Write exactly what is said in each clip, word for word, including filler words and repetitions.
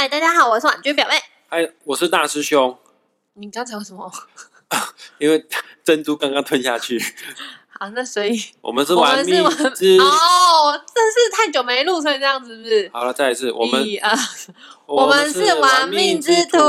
嗨，大家好，我是婉君表妹。 嗨，我是大师兄。 你刚才为什么？ 因为珍珠刚刚吞下去。 好，那所以我们是玩蜜汁哦，真是太久没录，所以这样子是不是？ 好了，再一次，我们一二，我们是玩命之徒。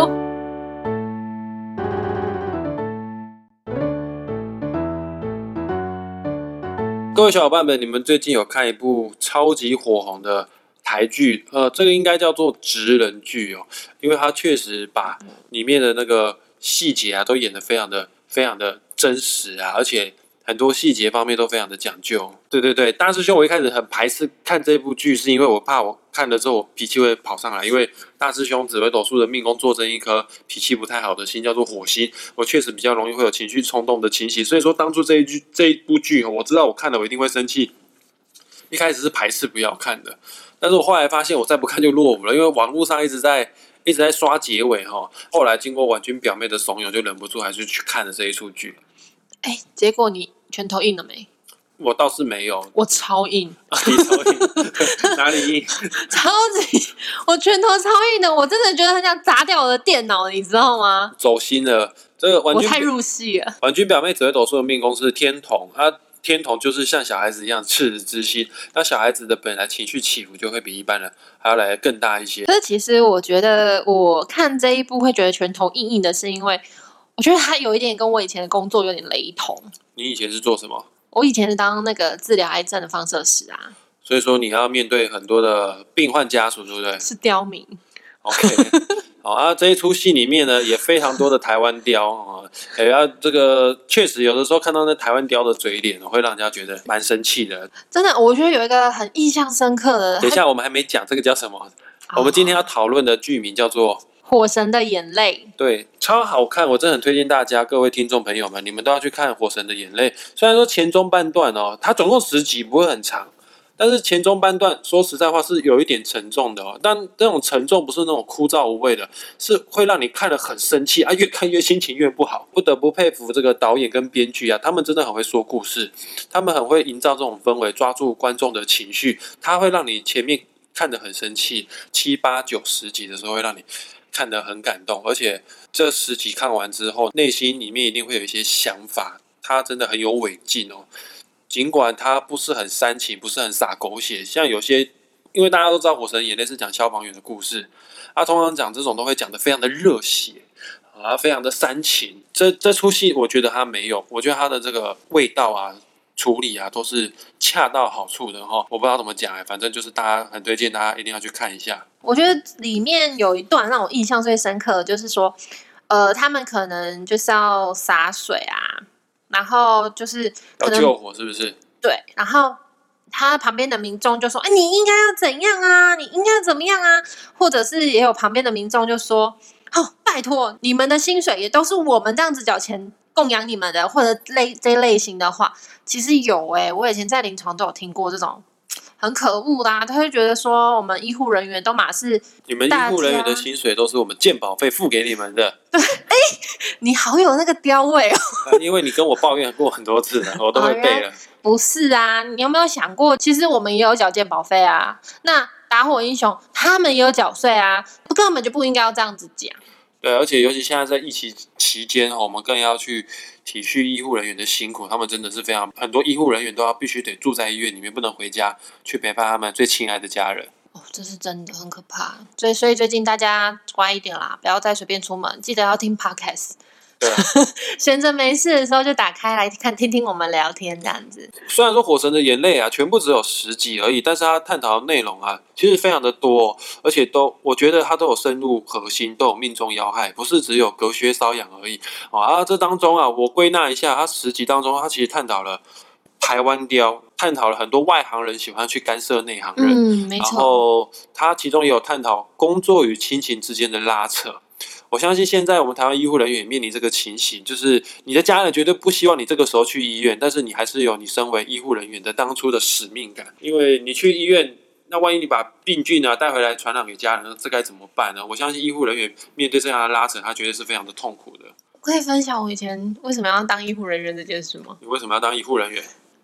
各位小伙伴们，你们最近有看一部超级火红的台剧？呃，这个应该叫做职人剧哦，因为它确实把里面的那个细节啊，都演得非常的、非常的真实啊，而且很多细节方面都非常的讲究。对对对，大师兄，我一开始很排斥看这部剧，是因为我怕我看了之后我脾气会跑上来，因为大师兄紫微斗数的命宫坐镇一颗脾气不太好的星，叫做火星，我确实比较容易会有情绪冲动的情形，所以说当初这一剧这一部剧，我知道我看了我一定会生气，一开始是排斥不要看的，但是我后来发现我再不看就落伍了，因为网络上一直在一直在刷结尾哈，后来经过婉君表妹的怂恿，就忍不住还是去看了这一出剧。 哎，结果你拳头硬了没？ 我倒是没有， 我超硬， 你超硬，哪里硬？ 超级，我拳头超硬的，我真的觉得很想砸掉我的电脑，你知道吗？ 走心了，这个婉君我太入戏了。 婉君表妹紫微斗数的命宫是天同，啊，天同就是像小孩子一样赤子之心，那小孩子的本来情绪起伏就会比一般人还要来得更大一些。 可是其实我觉得，我看这一部会觉得拳头硬硬的，是因为我觉得它有一点跟我以前的工作有点雷同。 你以前是做什么？ 我以前是当那个治疗癌症的放射师啊， 所以说你要面对很多的病患家属，对不对？ 是刁民。 OK， 好啊，这一出戏里面呢，也非常多的台湾雕啊，也要这个确实有的时候看到那台湾雕的嘴脸，会让人家觉得蛮生气的。 真的，我觉得有一个很印象深刻的。 等一下，我们还没讲这个叫什么？我们今天要讨论的剧名叫做《 火神的眼泪》。 对，超好看，我真的很推荐大家，各位听众朋友们，你们都要去看《火神的眼泪》。虽然说前中半段哦，它总共十集，不会很长。但是前中半段说实在话是有一点沉重的哦，但那种沉重不是那种枯燥无味的，是会让你看得很生气啊，越看越心情越不好。不得不佩服这个导演跟编剧啊，他们真的很会说故事，他们很会营造这种氛围，抓住观众的情绪，他会让你前面看得很生气，七八九十集的时候会让你看得很感动，而且这十集看完之后，内心里面一定会有一些想法，他真的很有尾劲哦。尽管它不是很煽情，不是很洒狗血，像有些，因为大家都知道《火神的眼泪》是讲消防员的故事，他通常讲这种都会讲得非常的热血啊，非常的煽情。这这出戏我觉得他没有，我觉得他的这个味道啊、处理啊都是恰到好处的哈。我不知道怎么讲哎，反正就是大家很推荐大家一定要去看一下。 我觉得里面有一段让我印象最深刻的，就是说，呃，他们可能就是要洒水啊。然后就是要救火，是不是？ 对，然后他旁边的民众就说：“哎，你应该要怎样啊？你应该要怎么样啊？”或者是也有旁边的民众就说：“哦，拜托，你们的薪水也都是我们这样子缴钱供养你们的，或者类这类型的话，其实有哎、欸，我以前在临床都有听过这种。”很可恶啦、啊！他会觉得说，我们医护人员都马是你们医护人员的薪水都是我们健保费付给你们的。 对，哎，你好有那个雕味哦！ 因为你跟我抱怨过很多次了，我都会背了。 不是啊，你有没有想过，其实我们也有缴健保费啊？那打火英雄他们也有缴税啊，根本就不应该要这样子讲。 对，而且尤其现在在疫情期间，我们更要去体恤医护人员的辛苦，他们真的是非常很多医护人员都要必须得住在医院里面，不能回家去陪伴他们最亲爱的家人。 哦，这是真的很可怕。所以，所以最近大家乖一点啦，不要再随便出门，记得要听 podcast。 对， 闲着没事的时候就打开来看，听听我们聊天这样子。 虽然说《火神的眼泪》啊，全部只有十集而已，但是它探讨的内容啊，其实非常的多，而且都我觉得它都有深入核心，都有命中要害，不是只有隔靴搔痒而已啊。这当中啊，我归纳一下，它十集当中，它其实探讨了台湾雕，探讨了很多外行人喜欢去干涉内行人， 嗯，没错。 然后它其中也有探讨工作与亲情之间的拉扯。我相信现在我们台湾医护人员也面临这个情形，就是你的家人绝对不希望你这个时候去医院，但是你还是有你身为医护人员的当初的使命感，因为你去医院，那万一你把病菌啊带回来传染给家人，这该怎么办呢？我相信医护人员面对这样的拉扯，他绝对是非常的痛苦的。 可以分享我以前为什么要当医护人员这件事吗？ 你为什么要当医护人员？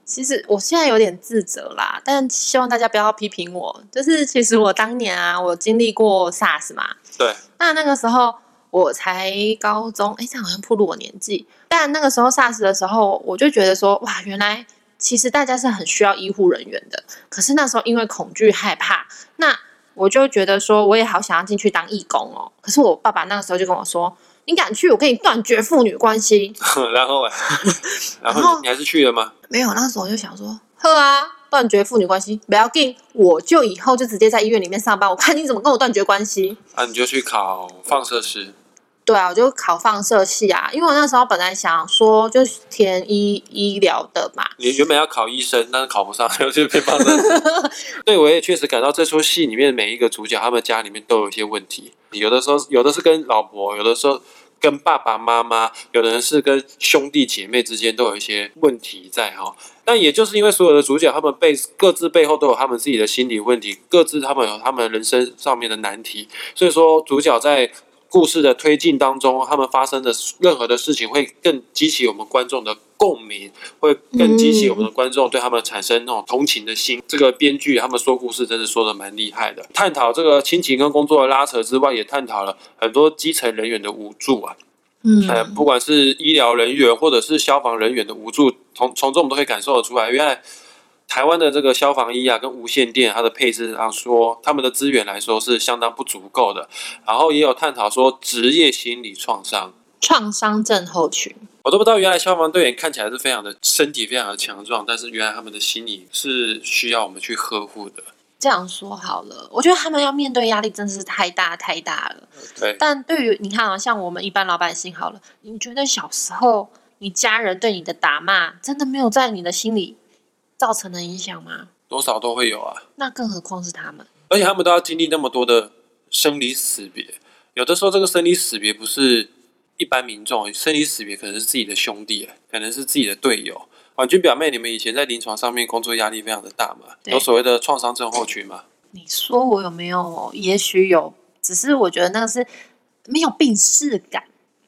其实我现在有点自责啦，但希望大家不要批评我。就是其实我当年啊，我经历过 SARS 嘛， 对， 那那个时候我才高中，哎，这样好像暴露我年纪。但那个时候 SARS 的时候，我就觉得说，哇，原来其实大家是很需要医护人员的。可是那时候因为恐惧害怕，那我就觉得说，我也好想要进去当义工哦。可是我爸爸那个时候就跟我说，你敢去，我跟你断绝父女关系。 然后然后你还是去了吗？ 没有，那时候我就想说，呵啊，断绝父女关系，不要紧，我就以后就直接在医院里面上班，我看你怎么跟我断绝关系。 啊，你就去考放射师。 对啊，我就考放射系啊，因为我那时候本来想说就是填医医疗的嘛。 你原本要考医生，但是考不上，然后就变放射师。对，我也确实感到这出戏里面每一个主角，他们家里面都有一些问题。有的时候，有的是跟老婆，有的时候跟爸爸妈妈，有的人是跟兄弟姐妹之间都有一些问题在哈。但也就是因为所有的主角，他们背各自背后都有他们自己的心理问题，各自他们有他们人生上面的难题，所以说主角在故事的推进当中，他们发生的任何的事情会更激起我们观众的共鸣，会更激起我们的观众对他们产生那种同情的心。嗯、这个编剧他们说故事真的说的蛮厉害的，探讨这个亲情跟工作的拉扯之外，也探讨了很多基层人员的无助啊。嗯、呃，不管是医疗人员或者是消防人员的无助，从从中我们都可以感受得出来，原来台湾的这个消防衣啊，跟无线电它的配置上说，他们的资源来说是相当不足够的。然后也有探讨说职业心理创伤、 创伤症候群。 我都不知道，原来消防队员看起来是非常的身体非常的强壮，但是原来他们的心理是需要我们去呵护的。 这样说好了，我觉得他们要面对压力真的是太大太大了。 对。 但对于你看啊，像我们一般老百姓好了，你觉得小时候你家人对你的打骂，真的没有在你的心里造成的影响吗？ 多少都会有啊。 那更何况是他们， 而且他们都要经历那么多的生离死别。有的时候这个生离死别不是一般民众，生离死别可能是自己的兄弟，可能是自己的队友。婉君表妹，你们以前在临床上面工作压力非常的大嘛？有所谓的创伤症候群吗？ 你说我有没有？也许有，只是我觉得那个是没有病识感。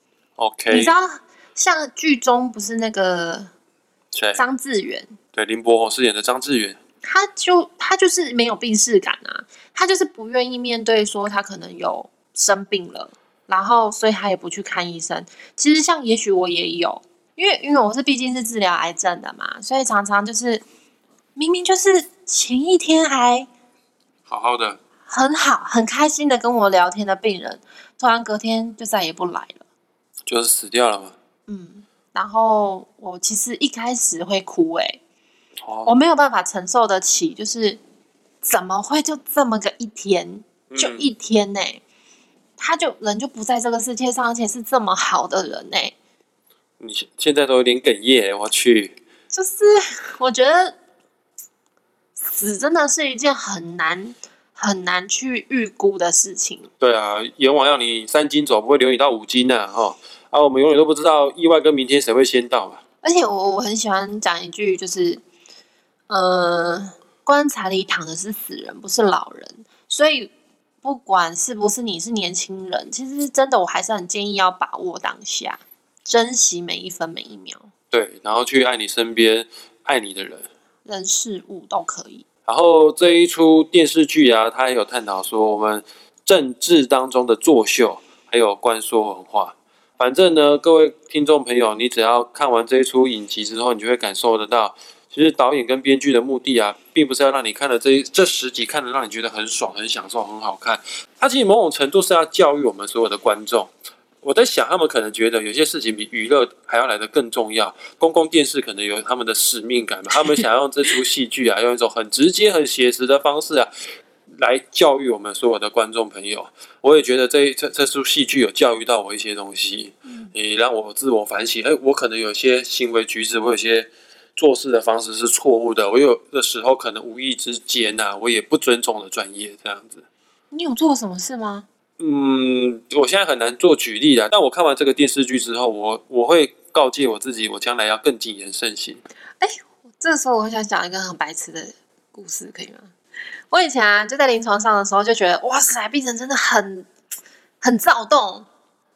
OK， 你知道像剧中不是那个张志远， 对，林柏宏饰演的张志远， 他就他就是没有病识感啊，他就是不愿意面对说他可能有生病了，然后所以他也不去看医生。其实像也许我也有。因为因为我是毕竟是治疗癌症的嘛，所以常常就是明明就是前一天还好好的很好很开心的跟我聊天的病人，突然隔天就再也不来了， 就是死掉了嘛。 嗯，然后我其实一开始会哭哎、欸哦，我没有办法承受得起，就是怎么会就这么个一天，就一天呢、欸嗯？他就人就不在这个世界上，而且是这么好的人呢、欸。 你现在都有点哽咽，我去。 就是我觉得死真的是一件很难很难去预估的事情。 对啊，阎王要你三斤走，不会留你到五斤啊！哈啊，我们永远都不知道意外跟明天谁会先到嘛。 而且我我很喜欢讲一句，就是呃，棺材里躺的是死人，不是老人。所以不管是不是你是年轻人，其实真的我还是很建议要把握当下。珍惜每一分每一秒， 对，然后去爱你身边爱你的人， 人事物都可以。 然后这一出电视剧啊，它也有探讨说我们政治当中的作秀，还有关说文化。反正呢，各位听众朋友，你只要看完这一出影集之后，你就会感受得到，其实导演跟编剧的目的啊，并不是要让你看了这这十集看了让你觉得很爽、很享受、很好看。它其实某种程度是要教育我们所有的观众。我在想，他们可能觉得有些事情比娱乐还要来得更重要。公共电视可能有他们的使命感嘛，他们想要用这出戏剧啊，用一种很直接、很写实的方式啊，来教育我们所有的观众朋友。我也觉得这这这出戏剧有教育到我一些东西，也让我自我反省。哎，我可能有些行为举止，我有些做事的方式是错误的。我有的时候可能无意之间啊，我也不尊重了专业，这样子。 你有做什么事吗？ 嗯，我现在很难做举例啦，但我看完这个电视剧之后，我我会告诫我自己，我将来要更谨言慎行。 哎，这个时候我想讲一个很白痴的故事，可以吗？我以前啊，就在临床上的时候就觉得，哇塞，病人真的很很躁动，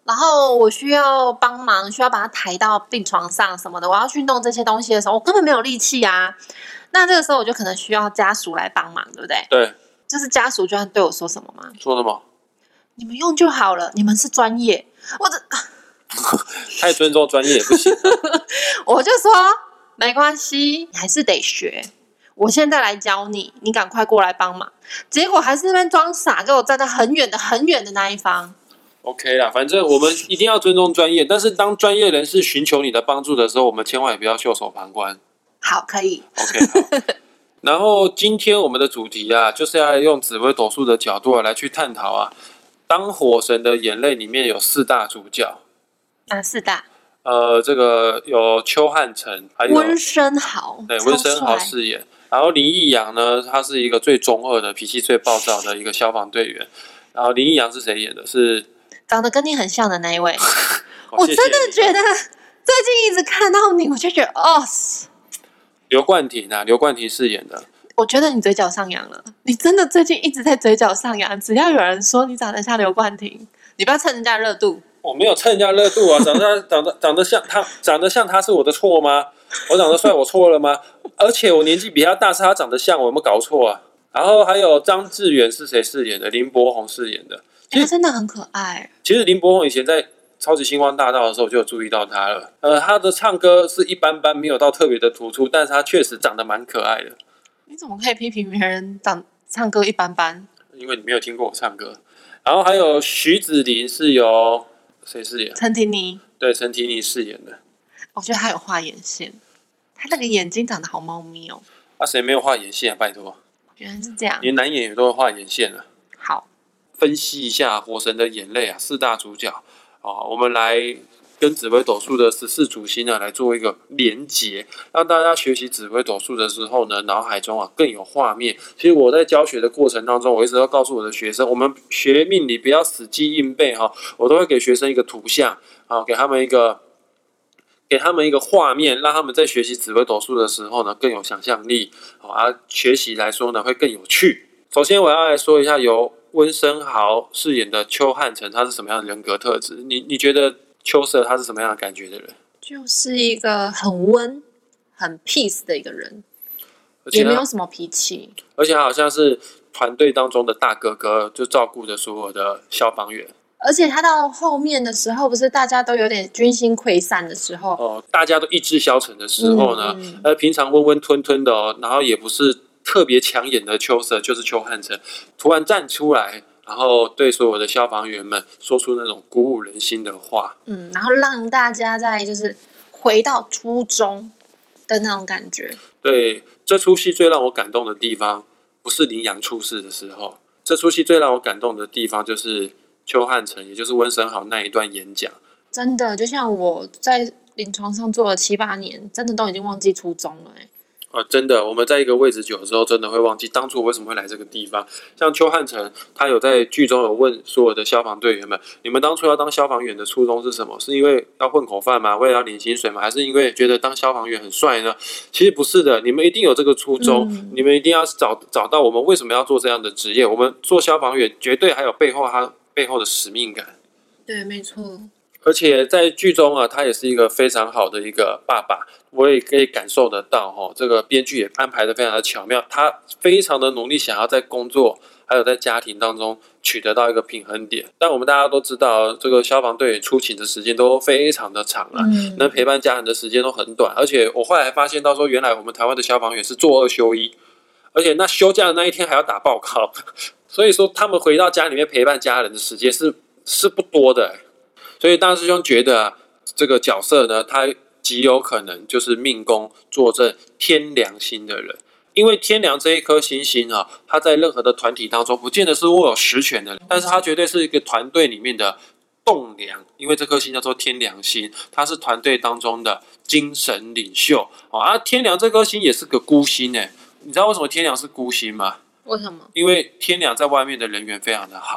然后我需要帮忙，需要把他抬到病床上什么的，我要去弄这些东西的时候，我根本没有力气啊。那这个时候我就可能需要家属来帮忙，对不对？ 对。 就是家属居然对我说什么吗？ 说什么？ 你们用就好了，你们是专业。我这太尊重专业也不行、啊。 我就说没关系，你还是得学。我现在来教你，你赶快过来帮忙。结果还是那边装傻，给我站在很远的、很远的那一方。 OK 啦，反正我们一定要尊重专业，但是当专业人士寻求你的帮助的时候，我们千万也不要袖手旁观。 好，可以。 OK， 好。然后今天我们的主题啊，就是要用紫微斗数的角度来去探讨啊，当火神的眼泪里面有四大主角。 啊，四大。 呃，这个有邱汉成，还有温升豪， 对，温升豪饰演。然后林义阳呢，他是一个最中二的、脾气最暴躁的一个消防队员。然后林义阳是谁演的？是长得跟你很像的那一位。我真的觉得最近一直看到你，我就觉得哦， 刘冠廷啊，刘冠廷饰演的。 我觉得你嘴角上扬了，你真的最近一直在嘴角上扬。只要有人说你长得像刘冠廷，你不要蹭人家热度。 我没有蹭人家热度啊，长得长得长得像他，长得像他是我的错吗？我长得帅，我错了吗？而且我年纪比他大，是他长得像，我有没有搞错啊？然后还有张志远是谁饰演的？林柏宏饰演的。 他真的很可爱。 其实林柏宏以前在超级星光大道的时候，我就有注意到他了。呃，他的唱歌是一般般，没有到特别的突出，但是他确实长得蛮可爱的。 你怎么可以批评别人长唱歌一般般？ 因为你没有听过我唱歌。然后还有徐子琳是由谁饰演？ 陈婷妮。 对，陈婷妮饰演的。 我觉得他有画眼线，他那个眼睛长得好猫咪哦。 啊，谁没有画眼线啊？拜托。 原来是这样。 连男演员都会画眼线啊。 好， 分析一下火神的眼泪啊，四大主角啊，我们来跟紫微斗数的十四主星呢来做一个连结，让大家学习紫微斗数的时候呢，脑海中啊更有画面。其实我在教学的过程当中，我一直都告诉我的学生，我们学命理不要死记硬背哈，我都会给学生一个图像啊，给他们一个。给他们一个画面，让他们在学习紫微斗数的时候呢，更有想象力，而学习来说呢，会更有趣。首先，我要来说一下由温升豪饰演的邱汉成，他是什么样的人格特质？你你觉得邱色他是什么样的感觉的人？ 就是一个很温、很 peace 的一个人，也没有什么脾气， 而且他好像是团队当中的大哥哥，就照顾着所有的消防员。 而且他到后面的时候，不是大家都有点军心溃散的时候， 哦，大家都意志消沉的时候呢， 嗯嗯、 呃，平常温温吞吞的哦，然后也不是特别抢眼的邱色，就是邱汉成，突然站出来，然后对所有的消防员们说出那种鼓舞人心的话， 嗯，然后让大家在就是回到初中的那种感觉。 对，这出戏最让我感动的地方，不是林阳出事的时候，这出戏最让我感动的地方就是邱汉成，也就是温升豪那一段演讲。 真的，就像我在临床上做了七八年，真的都已经忘记初衷了哎、欸。 啊，真的，我们在一个位置久了之后，真的会忘记当初为什么会来这个地方。像邱汉成，他有在剧中有问所有的消防队员们：你们当初要当消防员的初衷是什么？是因为要混口饭吗？为了要领薪水吗？还是因为觉得当消防员很帅呢？其实不是的，你们一定有这个初衷，嗯、你们一定要找找到我们为什么要做这样的职业。我们做消防员绝对还有背后他背后的使命感。 对，没错。 而且在剧中啊，他也是一个非常好的一个爸爸，我也可以感受得到哈、哦，这个编剧也安排的非常的巧妙，他非常的努力，想要在工作还有在家庭当中取得到一个平衡点。但我们大家都知道，这个消防队员出勤的时间都非常的长啊，嗯、能陪伴家人的时间都很短。而且我后来还发现到说，原来我们台湾的消防员是做二休一，而且那休假的那一天还要打报告，所以说他们回到家里面陪伴家人的时间是是不多的、欸。所以大师兄觉得、啊、这个角色呢，他极有可能就是命宫坐镇天梁星的人，因为天梁这一颗星星啊，它在任何的团体当中，不见得是握有实权的，但是它绝对是一个团队里面的栋梁，因为这颗星叫做天梁星，它是团队当中的精神领袖啊。天梁这颗星也是个孤星哎，你知道为什么天梁是孤星吗？ 为什么？ 因为天梁在外面的人缘非常的好。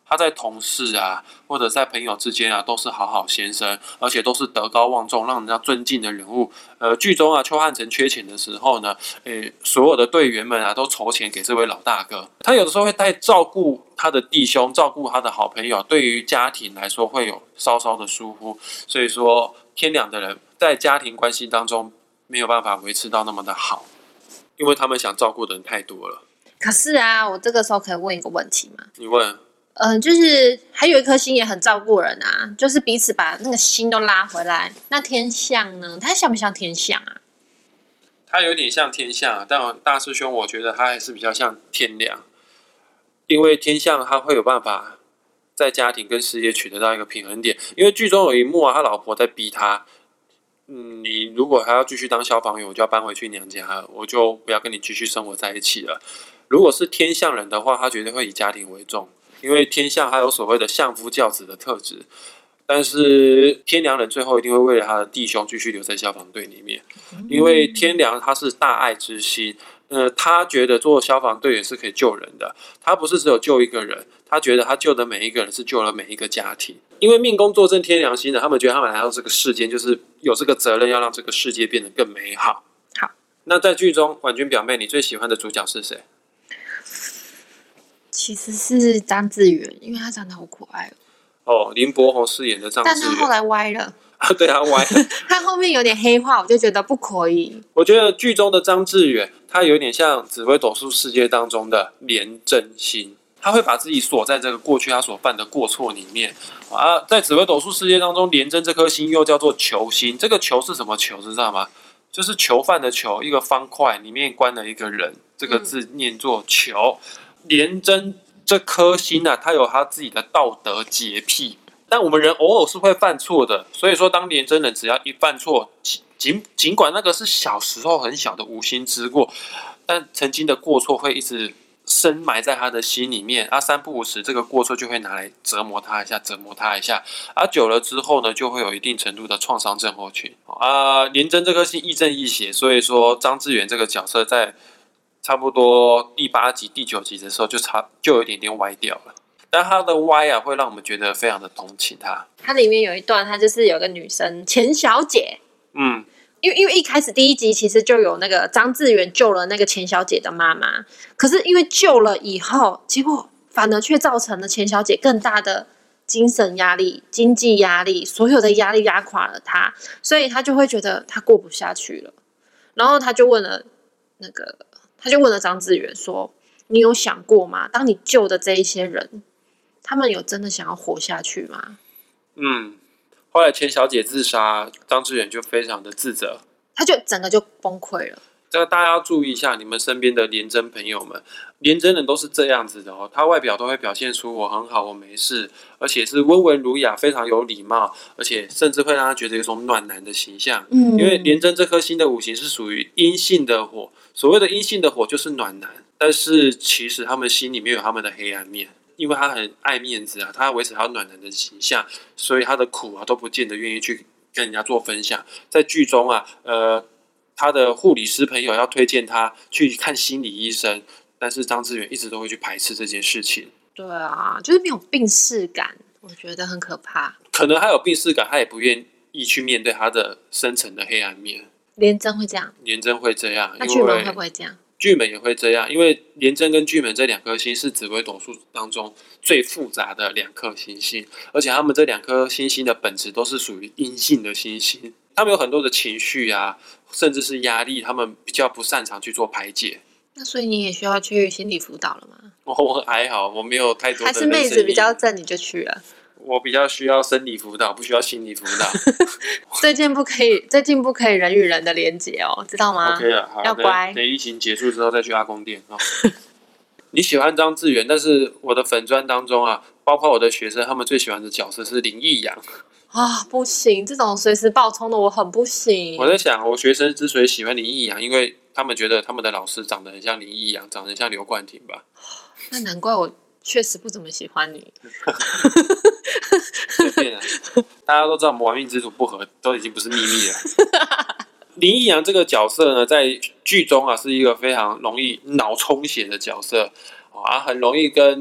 他在同事啊，或者在朋友之间啊，都是好好先生，而且都是德高望重、让人家尊敬的人物。呃，剧中啊，邱汉成缺钱的时候呢，诶，所有的队员们啊，都筹钱给这位老大哥。他有的时候会带照顾他的弟兄，照顾他的好朋友，对于家庭来说会有稍稍的疏忽。所以说，天良的人在家庭关系当中没有办法维持到那么的好，因为他们想照顾的人太多了。 可是啊，我这个时候可以问一个问题吗？ 你问。 嗯、呃，就是还有一颗心也很照顾人啊，就是彼此把那个心都拉回来。那天象呢？他像不像天象啊？ 他有点像天象，但大师兄我觉得他还是比较像天良，因为天象他会有办法在家庭跟事业取得到一个平衡点。因为剧中有一幕啊，他老婆在逼他，嗯，你如果还要继续当消防员，我就要搬回去娘家，我就不要跟你继续生活在一起了。如果是天象人的话，他绝对会以家庭为重。因为天象还有所谓的相夫教子的特质，但是天良人最后一定会为了他的弟兄继续留在消防队里面，因为天良他是大爱之心，呃，他觉得做消防队员是可以救人的，他不是只有救一个人，他觉得他救的每一个人是救了每一个家庭，因为命宫坐镇天良星的，他们觉得他们来到这个世间就是有这个责任要让这个世界变得更美好。 好， 那在剧中，婉君表妹，你最喜欢的主角是谁？ 其实是张志远，因为他长得好可爱哦。哦，林柏宏饰演的张志远， 但他后来歪了。 啊，对啊，歪了。 他后面有点黑化，我就觉得不可以。 我觉得剧中的张志远，他有点像紫微斗数世界当中的廉贞星，他会把自己锁在这个过去他所犯的过错里面啊。在紫微斗数世界当中，廉贞这颗星又叫做囚星，这个囚是什么囚，知道吗？就是囚犯的囚，一个方块里面关了一个人，这个字念作囚。嗯，廉贞这颗心啊，他有他自己的道德洁癖，但我们人偶尔是会犯错的，所以说当廉贞人只要一犯错，尽尽管那个是小时候很小的无心之过，但曾经的过错会一直深埋在他的心里面，啊，三不五时这个过错就会拿来折磨他一下，折磨他一下，啊，久了之后呢，就会有一定程度的创伤症候群啊。廉贞这颗心亦正亦邪，所以说张志远这个角色在差不多第八集、第九集的时候就差就有一点点歪掉了，但他的歪啊，会让我们觉得非常的同情他。 他里面有一段，他就是有个女生钱小姐， 嗯， 因为因为一开始第一集其实就有那个张志远救了那个钱小姐的妈妈，可是因为救了以后，结果反而却造成了钱小姐更大的精神压力、经济压力，所有的压力压垮了她，所以她就会觉得她过不下去了，然后她就问了那个。他就问了张志远说：“你有想过吗？当你救的这一些人，他们有真的想要活下去吗？” 嗯，后来钱小姐自杀，张志远就非常的自责， 他就整个就崩溃了。 这个大家要注意一下，你们身边的廉贞朋友们，廉贞人都是这样子的哦，他外表都会表现出我很好，我没事，而且是温文儒雅，非常有礼貌，而且甚至会让他觉得有种暖男的形象。嗯，因为廉贞这颗星的五行是属于阴性的火，所谓的阴性的火就是暖男，但是其实他们心里面有他们的黑暗面。因为他很爱面子啊，他要维持他暖男的形象，所以他的苦啊都不见得愿意去跟人家做分享。在剧中啊，呃。他的护理师朋友要推荐他去看心理医生，但是张志远一直都会去排斥这件事情。 对啊，就是没有病识感，我觉得很可怕。 可能还有病识感，他也不愿意去面对他的深层的黑暗面。 廉贞会这样？ 廉贞会这样， 那巨门会不会这样？ 巨门也会这样，因为廉贞跟巨门这两颗星是紫微斗数当中最复杂的两颗星星，而且他们这两颗星星的本质都是属于阴性的星星。他们有很多的情绪啊，甚至是压力，他们比较不擅长去做排解。 那所以你也需要去心理辅导了吗？ 哦，我还好，我没有太多的。 还是妹子比较正，你就去了。 我比较需要生理辅导，不需要心理辅导。 最近不可以，最近不可以人与人的连结哦，知道吗 ？OK 了，好， 要乖。 等疫情结束之后再去阿公店哦。你喜欢张志远，但是我的粉专当中啊，包括我的学生，他们最喜欢的角色是林义阳。 啊，不行！这种随时爆冲的我很不行。 我在想，我学生之所以喜欢林义阳，因为他们觉得他们的老师长得很像林义阳，长得很像刘冠廷吧。 那难怪我确实不怎么喜欢你。 随便啊，大家都知道我们玩命之徒不合，都已经不是秘密了。林义阳这个角色呢，在剧中啊是一个非常容易脑充血的角色啊，很容易跟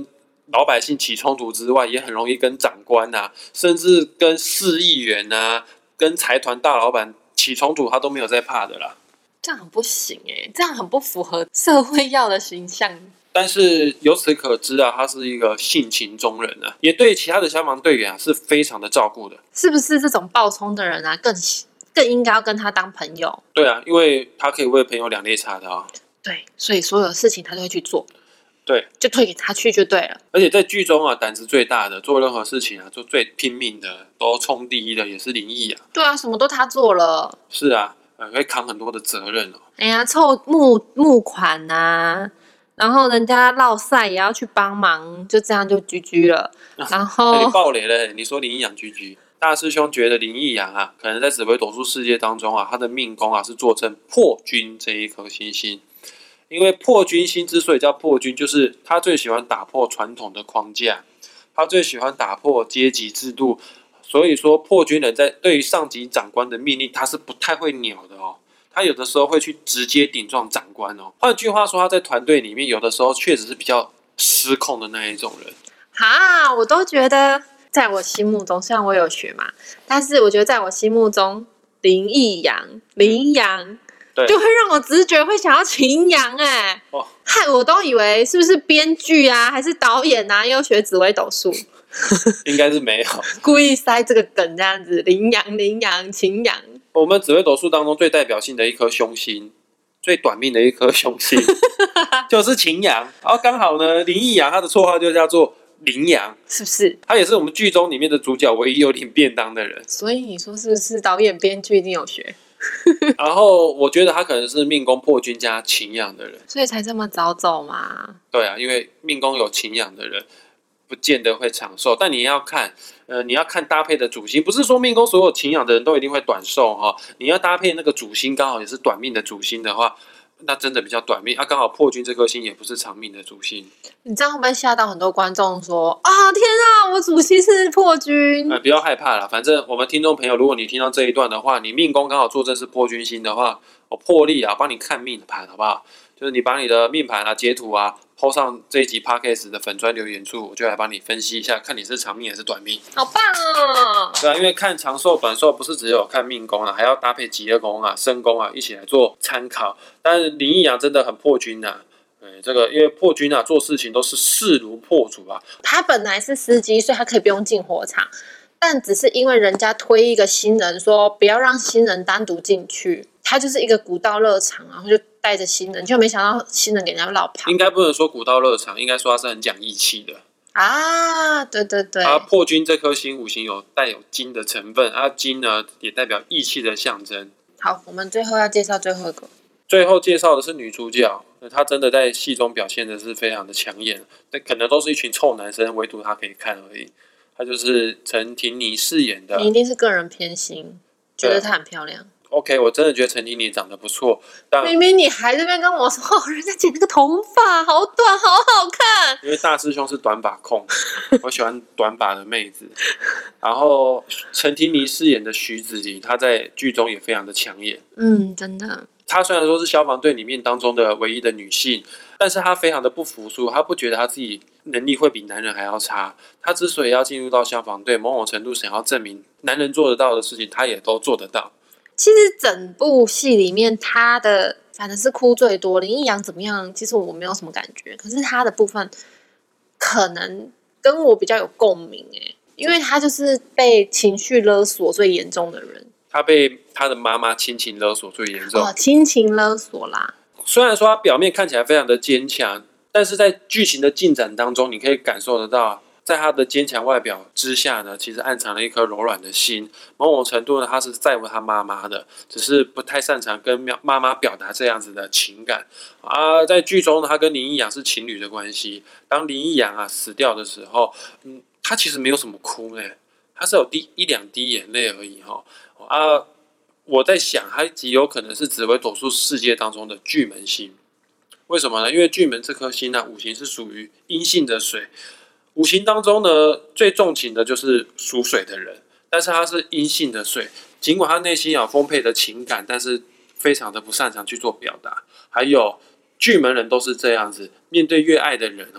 老百姓起冲突之外，也很容易跟长官啊，甚至跟市议员啊，跟财团大老板起冲突，他都没有在怕的啦。 这样很不行哎，这样很不符合社会要的形象。 但是由此可知啊，他是一个性情中人啊，也对其他的消防队员啊是非常的照顾的。 是不是这种暴冲的人啊，更更应该要跟他当朋友？ 对啊，因为他可以为朋友两肋插刀。 对，所以所有事情他都会去做。 对， 就推给他去就对了。 而且在剧中啊，胆子最大的，做任何事情啊，做最拼命的，都冲第一的，也是林毅啊。 对啊，什么都他做了。 是啊，呃，会扛很多的责任哦。 哎呀，凑募募款啊，然后人家落赛也要去帮忙，就这样就居居了。然后、 欸、你爆雷了，你说林毅阳居居。大师兄觉得林毅阳啊，可能在紫微斗数世界当中啊，他的命宫啊是做成破军这一颗星星。因为破军星之所以叫破军，就是他最喜欢打破传统的框架，他最喜欢打破阶级制度，所以说破军人在对于上级长官的命令，他是不太会鸟的哦。他有的时候会去直接顶撞长官哦。换句话说，他在团队里面有的时候确实是比较失控的那一种人。 哈，我都觉得在我心目中，虽然我有学嘛，但是我觉得在我心目中，林毅阳、林阳。就会让我直觉会想要秦阳哎，哦，害我都以为是不是编剧啊，还是导演啊，又学紫微斗数， 应该是没有故意塞这个梗这样子。林阳、林阳、秦阳， 我们紫微斗数当中最代表性的一颗凶星，最短命的一颗凶星就是秦阳。然后刚好呢，林毅阳他的绰号就叫做林阳， 是不是？ 他也是我们剧中里面的主角唯一有领便当的人。 所以你说是不是导演编剧一定有学？ 然后我觉得他可能是命宫破军加擎羊的人， 所以才这么早走嘛。 对啊，因为命宫有擎羊的人不见得会长寿，但你要看，呃，你要看搭配的主星，不是说命宫所有擎羊的人都一定会短寿哈。你要搭配那个主星刚好也是短命的主星的话，那真的比较短命啊。刚好破军这颗星也不是长命的主星， 你这样会不会吓到很多观众说啊，天啊，我主星是破军？ 呃，不要害怕啦，反正我们听众朋友，如果你听到这一段的话，你命宫刚好坐正是破军星的话，我破例啊，帮你看命盘好不好？就是你把你的命盘啊截图啊po上这一集 podcast 的粉专留言处，我就来帮你分析一下，看你是长命还是短命。 好棒哦！ 对啊，因为看长寿短寿不是只有看命宫啊，还要搭配疾厄宫啊、身宫啊一起来做参考。但是林毅阳真的很破军啊。对，这个因为破军啊，做事情都是势如破竹啊。 他本来是司机，所以他可以不用进火场，但只是因为人家推一个新人，说不要让新人单独进去，他就是一个古道热肠，然后就带着新人，就没想到新人给人家绕跑。 应该不能说古道热肠，应该说他是很讲义气的啊。对对对， 啊，破军这颗星五行有带有金的成分，啊，金呢也代表义气的象征。 好，我们最后要介绍最后一个。 最后介绍的是女主角，她真的在戏中表现的是非常的抢眼，但可能都是一群臭男生，唯独她可以看而已。她就是陈婷妮饰演的。 你一定是个人偏心，觉得她很漂亮。 OK， 我真的觉得陈婷妮长得不错，但明明你还在那边跟我说，哦，人家剪那个头发好短，好好看。 因为大师兄是短发控，我喜欢短发的妹子。然后陈婷妮饰演的徐子怡，她在剧中也非常的抢眼。 嗯，真的。 她虽然说是消防队里面当中的唯一的女性，但是她非常的不服输，她不觉得她自己能力会比男人还要差。她之所以要进入到消防队，某种程度想要证明男人做得到的事情，她也都做得到。 其实整部戏里面，她的反正是哭最多。林毅阳怎么样？其实我没有什么感觉，可是她的部分可能跟我比较有共鸣哎，因为她就是被情绪勒索最严重的人。 他被他的妈妈亲情勒索最严重。 哦，亲情勒索啦。 虽然说他表面看起来非常的坚强，但是在剧情的进展当中，你可以感受得到，在他的坚强外表之下呢，其实暗藏了一颗柔软的心。某种程度呢，他是在乎他妈妈的，只是不太擅长跟妈妈表达这样子的情感啊。在剧中呢，他跟林毅阳是情侣的关系。当林毅阳啊死掉的时候，嗯，他其实没有什么哭呢，他是有滴一两滴眼泪而已哈。啊，我在想，它极有可能是紫微斗数世界当中的巨门星。为什么呢？因为巨门这颗星呢、啊，五行是属于阴性的水，五行当中呢最重情的就是属水的人，但是它是阴性的水，尽管他内心有丰沛的情感，但是非常的不擅长去做表达。还有巨门人都是这样子，面对越爱的人哦，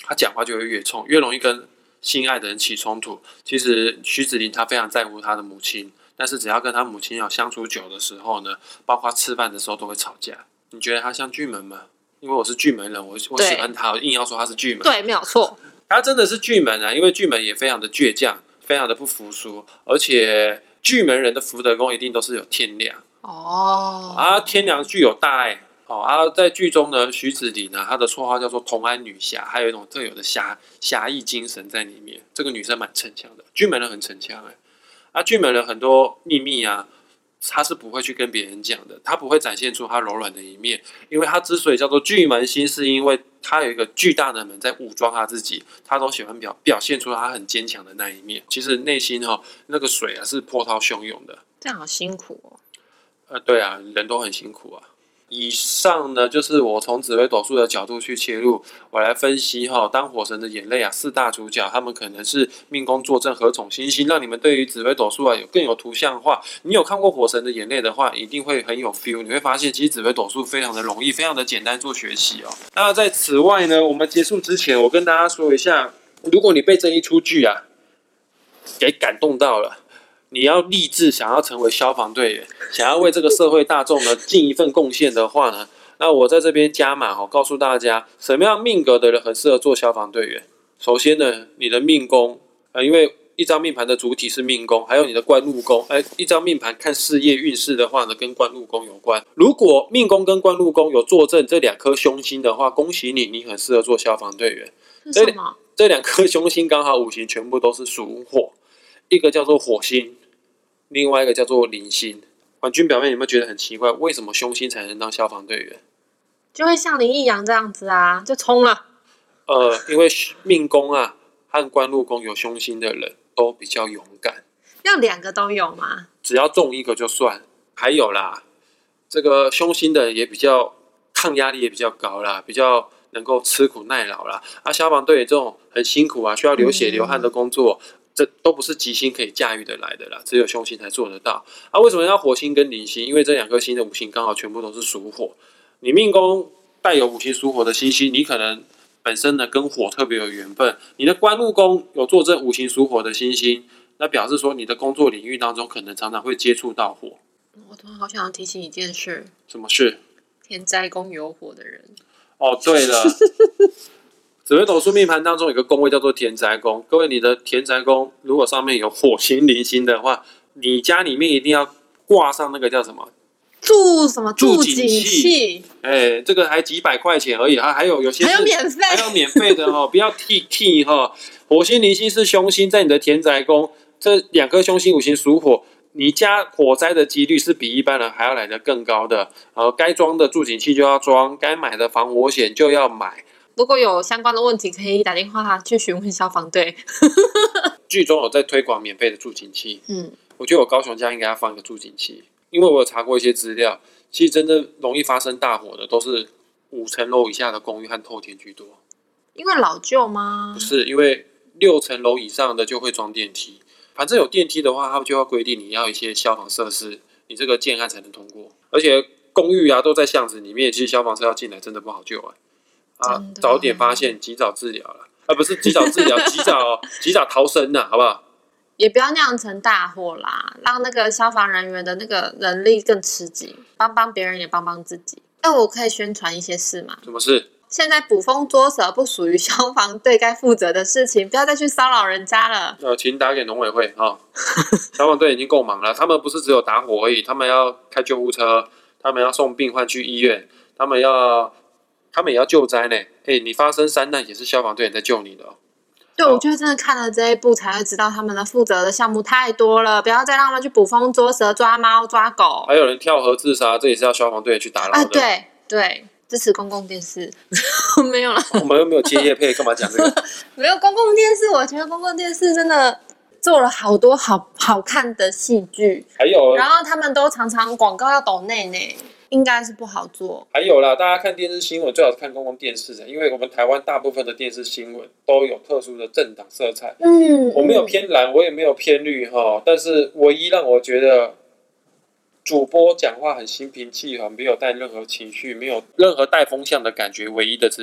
他讲话就会越冲，越容易跟心爱的人起冲突。其实徐子林他非常在乎他的母亲，但是只要跟他母亲要相处久的时候呢，包括吃饭的时候都会吵架。你觉得他像巨门吗？因为我是巨门人，我我喜欢他，我硬要说他是巨门。 对，没有错， 他真的是巨门啊，因为巨门也非常的倔强，非常的不服输，而且巨门人的福德宫一定都是有天梁哦， 啊，天梁具有大爱。哦啊，在剧中呢，徐子林呢，她的绰号叫做同安女侠，还有一种特有的侠侠义精神在里面。这个女生蛮逞强的，巨门人很逞强哎，啊，巨门人很多秘密啊，他是不会去跟别人讲的，他不会展现出他柔软的一面，因为他之所以叫做巨门星，是因为他有一个巨大的门在武装他自己，他都喜欢表表现出他很坚强的那一面。其实内心哈、哦，那个水啊是波涛汹涌的， 这样好辛苦哦。 呃，对啊，人都很辛苦啊。以上呢，就是我从紫微斗数的角度去切入，我来分析哈，当火神的眼泪啊，四大主角他们可能是命宫坐镇何种星星，让你们对于紫微斗数啊有更有图像化。你有看过火神的眼泪的话，一定会很有 feel， 你会发现其实紫微斗数非常的容易，非常的简单做学习哦。那在此外呢，我们结束之前，我跟大家说一下，如果你被这一出剧啊给感动到了。你要立志想要成为消防队员，想要为这个社会大众呢尽一份贡献的话呢，那我在这边加码哈，告诉大家什么样命格的人很适合做消防队员。首先呢，你的命宫，呃，因为一张命盘的主体是命宫，还有你的官禄宫，哎，一张命盘看事业运势的话呢，跟官禄宫有关。如果命宫跟官禄宫有坐镇这两颗凶星的话，恭喜你，你很适合做消防队员。 是什么？ 这两颗凶星刚好五行全部都是属火，一个叫做火星。另外一个叫做铃星。婉君表妹，有没有觉得很奇怪？为什么凶星才能当消防队员？ 就会像林奕阳这样子啊，就冲了。 呃，因为命宫啊和官禄宫有凶星的人都比较勇敢。 要两个都有吗？ 只要中一个就算。还有啦，这个凶星的人也比较抗压力也比较高啦，比较能够吃苦耐劳啦。啊，消防队员这种很辛苦啊，需要流血流汗的工作。嗯，这都不是吉星可以驾驭得来的啦，只有凶星才做得到。啊，为什么要火星跟铃星？因为这两颗星的五行刚好全部都是属火。你命宫带有五行属火的星星，你可能本身呢跟火特别有缘分。你的官禄宫有坐镇五行属火的星星，那表示说你的工作领域当中可能常常会接触到火。 我突然好想要提醒一件事。 什么事？ 田宅宫有火的人。 哦，对了。紫微斗数命盘当中有个宫位叫做田宅宫，各位，你的田宅宫如果上面有火星、铃星的话，你家里面一定要挂上那个叫什么助什么助警器？哎，这个还几百块钱而已，还还有有些还有免费， 还有免费的哦，不要替替哈。火星、铃星是凶星，在你的田宅宫，这两颗凶星五行属火，你家火灾的几率是比一般人还要来得更高的。呃，该装的助警器就要装，该买的防火险就要买。 如果有相关的问题，可以打电话去询问消防队。 剧中有在推广免费的助警器，嗯，我觉得我高雄家应该要放一个助警器，因为我有查过一些资料，其实真的容易发生大火的都是五层楼以下的公寓和透天居多。 因为老旧吗？ 不是，因为六层楼以上的就会装电梯，反正有电梯的话，他们就要规定你要一些消防设施，你这个建案才能通过。而且公寓啊都在巷子里面，其实消防车要进来真的不好救啊。啊，早点发现，及早治疗了，啊，不是及早治疗，及早及早逃生呐，好不好？ 也不要酿成大祸啦，让那个消防人员的那个能力更吃紧，帮帮别人也帮帮自己。那我可以宣传一些事吗？ 什么事？ 现在捕风捉蛇不属于消防队该负责的事情，不要再去骚扰人家了。 呃，请打给农委会哈、哦，消防队已经够忙了，他们不是只有打火而已，他们要开救护车，他们要送病患去医院，他们要。他们也要救灾呢，哎，你发生山难也是消防队员在救你的、哦。 对，我觉得真的看了这一部才会知道他们的负责的项目太多了，不要再让他们去捕风捉蛇、抓猫、抓狗。 还有人跳河自杀，这也是要消防队员去打捞的。 啊，对对，支持公共电视，没有了。 我们又没有接业配，干嘛讲这个？ 没有公共电视，我觉得公共电视真的做了好多好好看的戏剧， 还有， 然后他们都常常广告要抖内内。应该是不好做。 还有啦，大家看电视新闻最好是看公共电视的，因为我们台湾大部分的电视新闻都有特殊的政党色彩。嗯，我没有偏蓝，我也没有偏绿哈，但是唯一让我觉得主播讲话很心平气和，没有带任何情绪，没有任何带风向的感觉，唯一的只有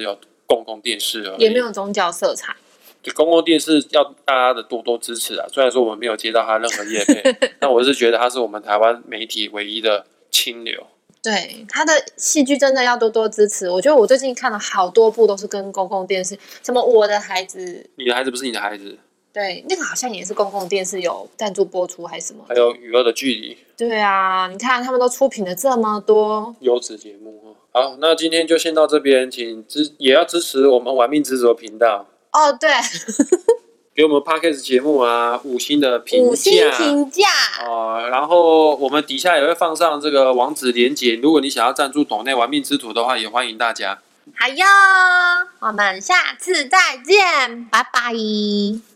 公共电视而已， 也没有宗教色彩。 就公共电视要大家的多多支持啊！虽然说我们没有接到它任何业配，但我是觉得它是我们台湾媒体唯一的清流。 对，他的戏剧真的要多多支持。我觉得我最近看了好多部都是跟公共电视，什么我的孩子， 你的孩子不是你的孩子， 对，那个好像也是公共电视有赞助播出还是什么？ 还有与恶的距离， 对啊，你看他们都出品了这么多优质节目。好，那今天就先到这边，请支也要支持我们玩命执着频道。 哦，对， 给我们 Podcast 节目啊五星的评价， 五星评价哦，然后我们底下也会放上这个网址连结，如果你想要赞助斗内玩命之徒的话，也欢迎大家。 好哟，我们下次再见，拜拜。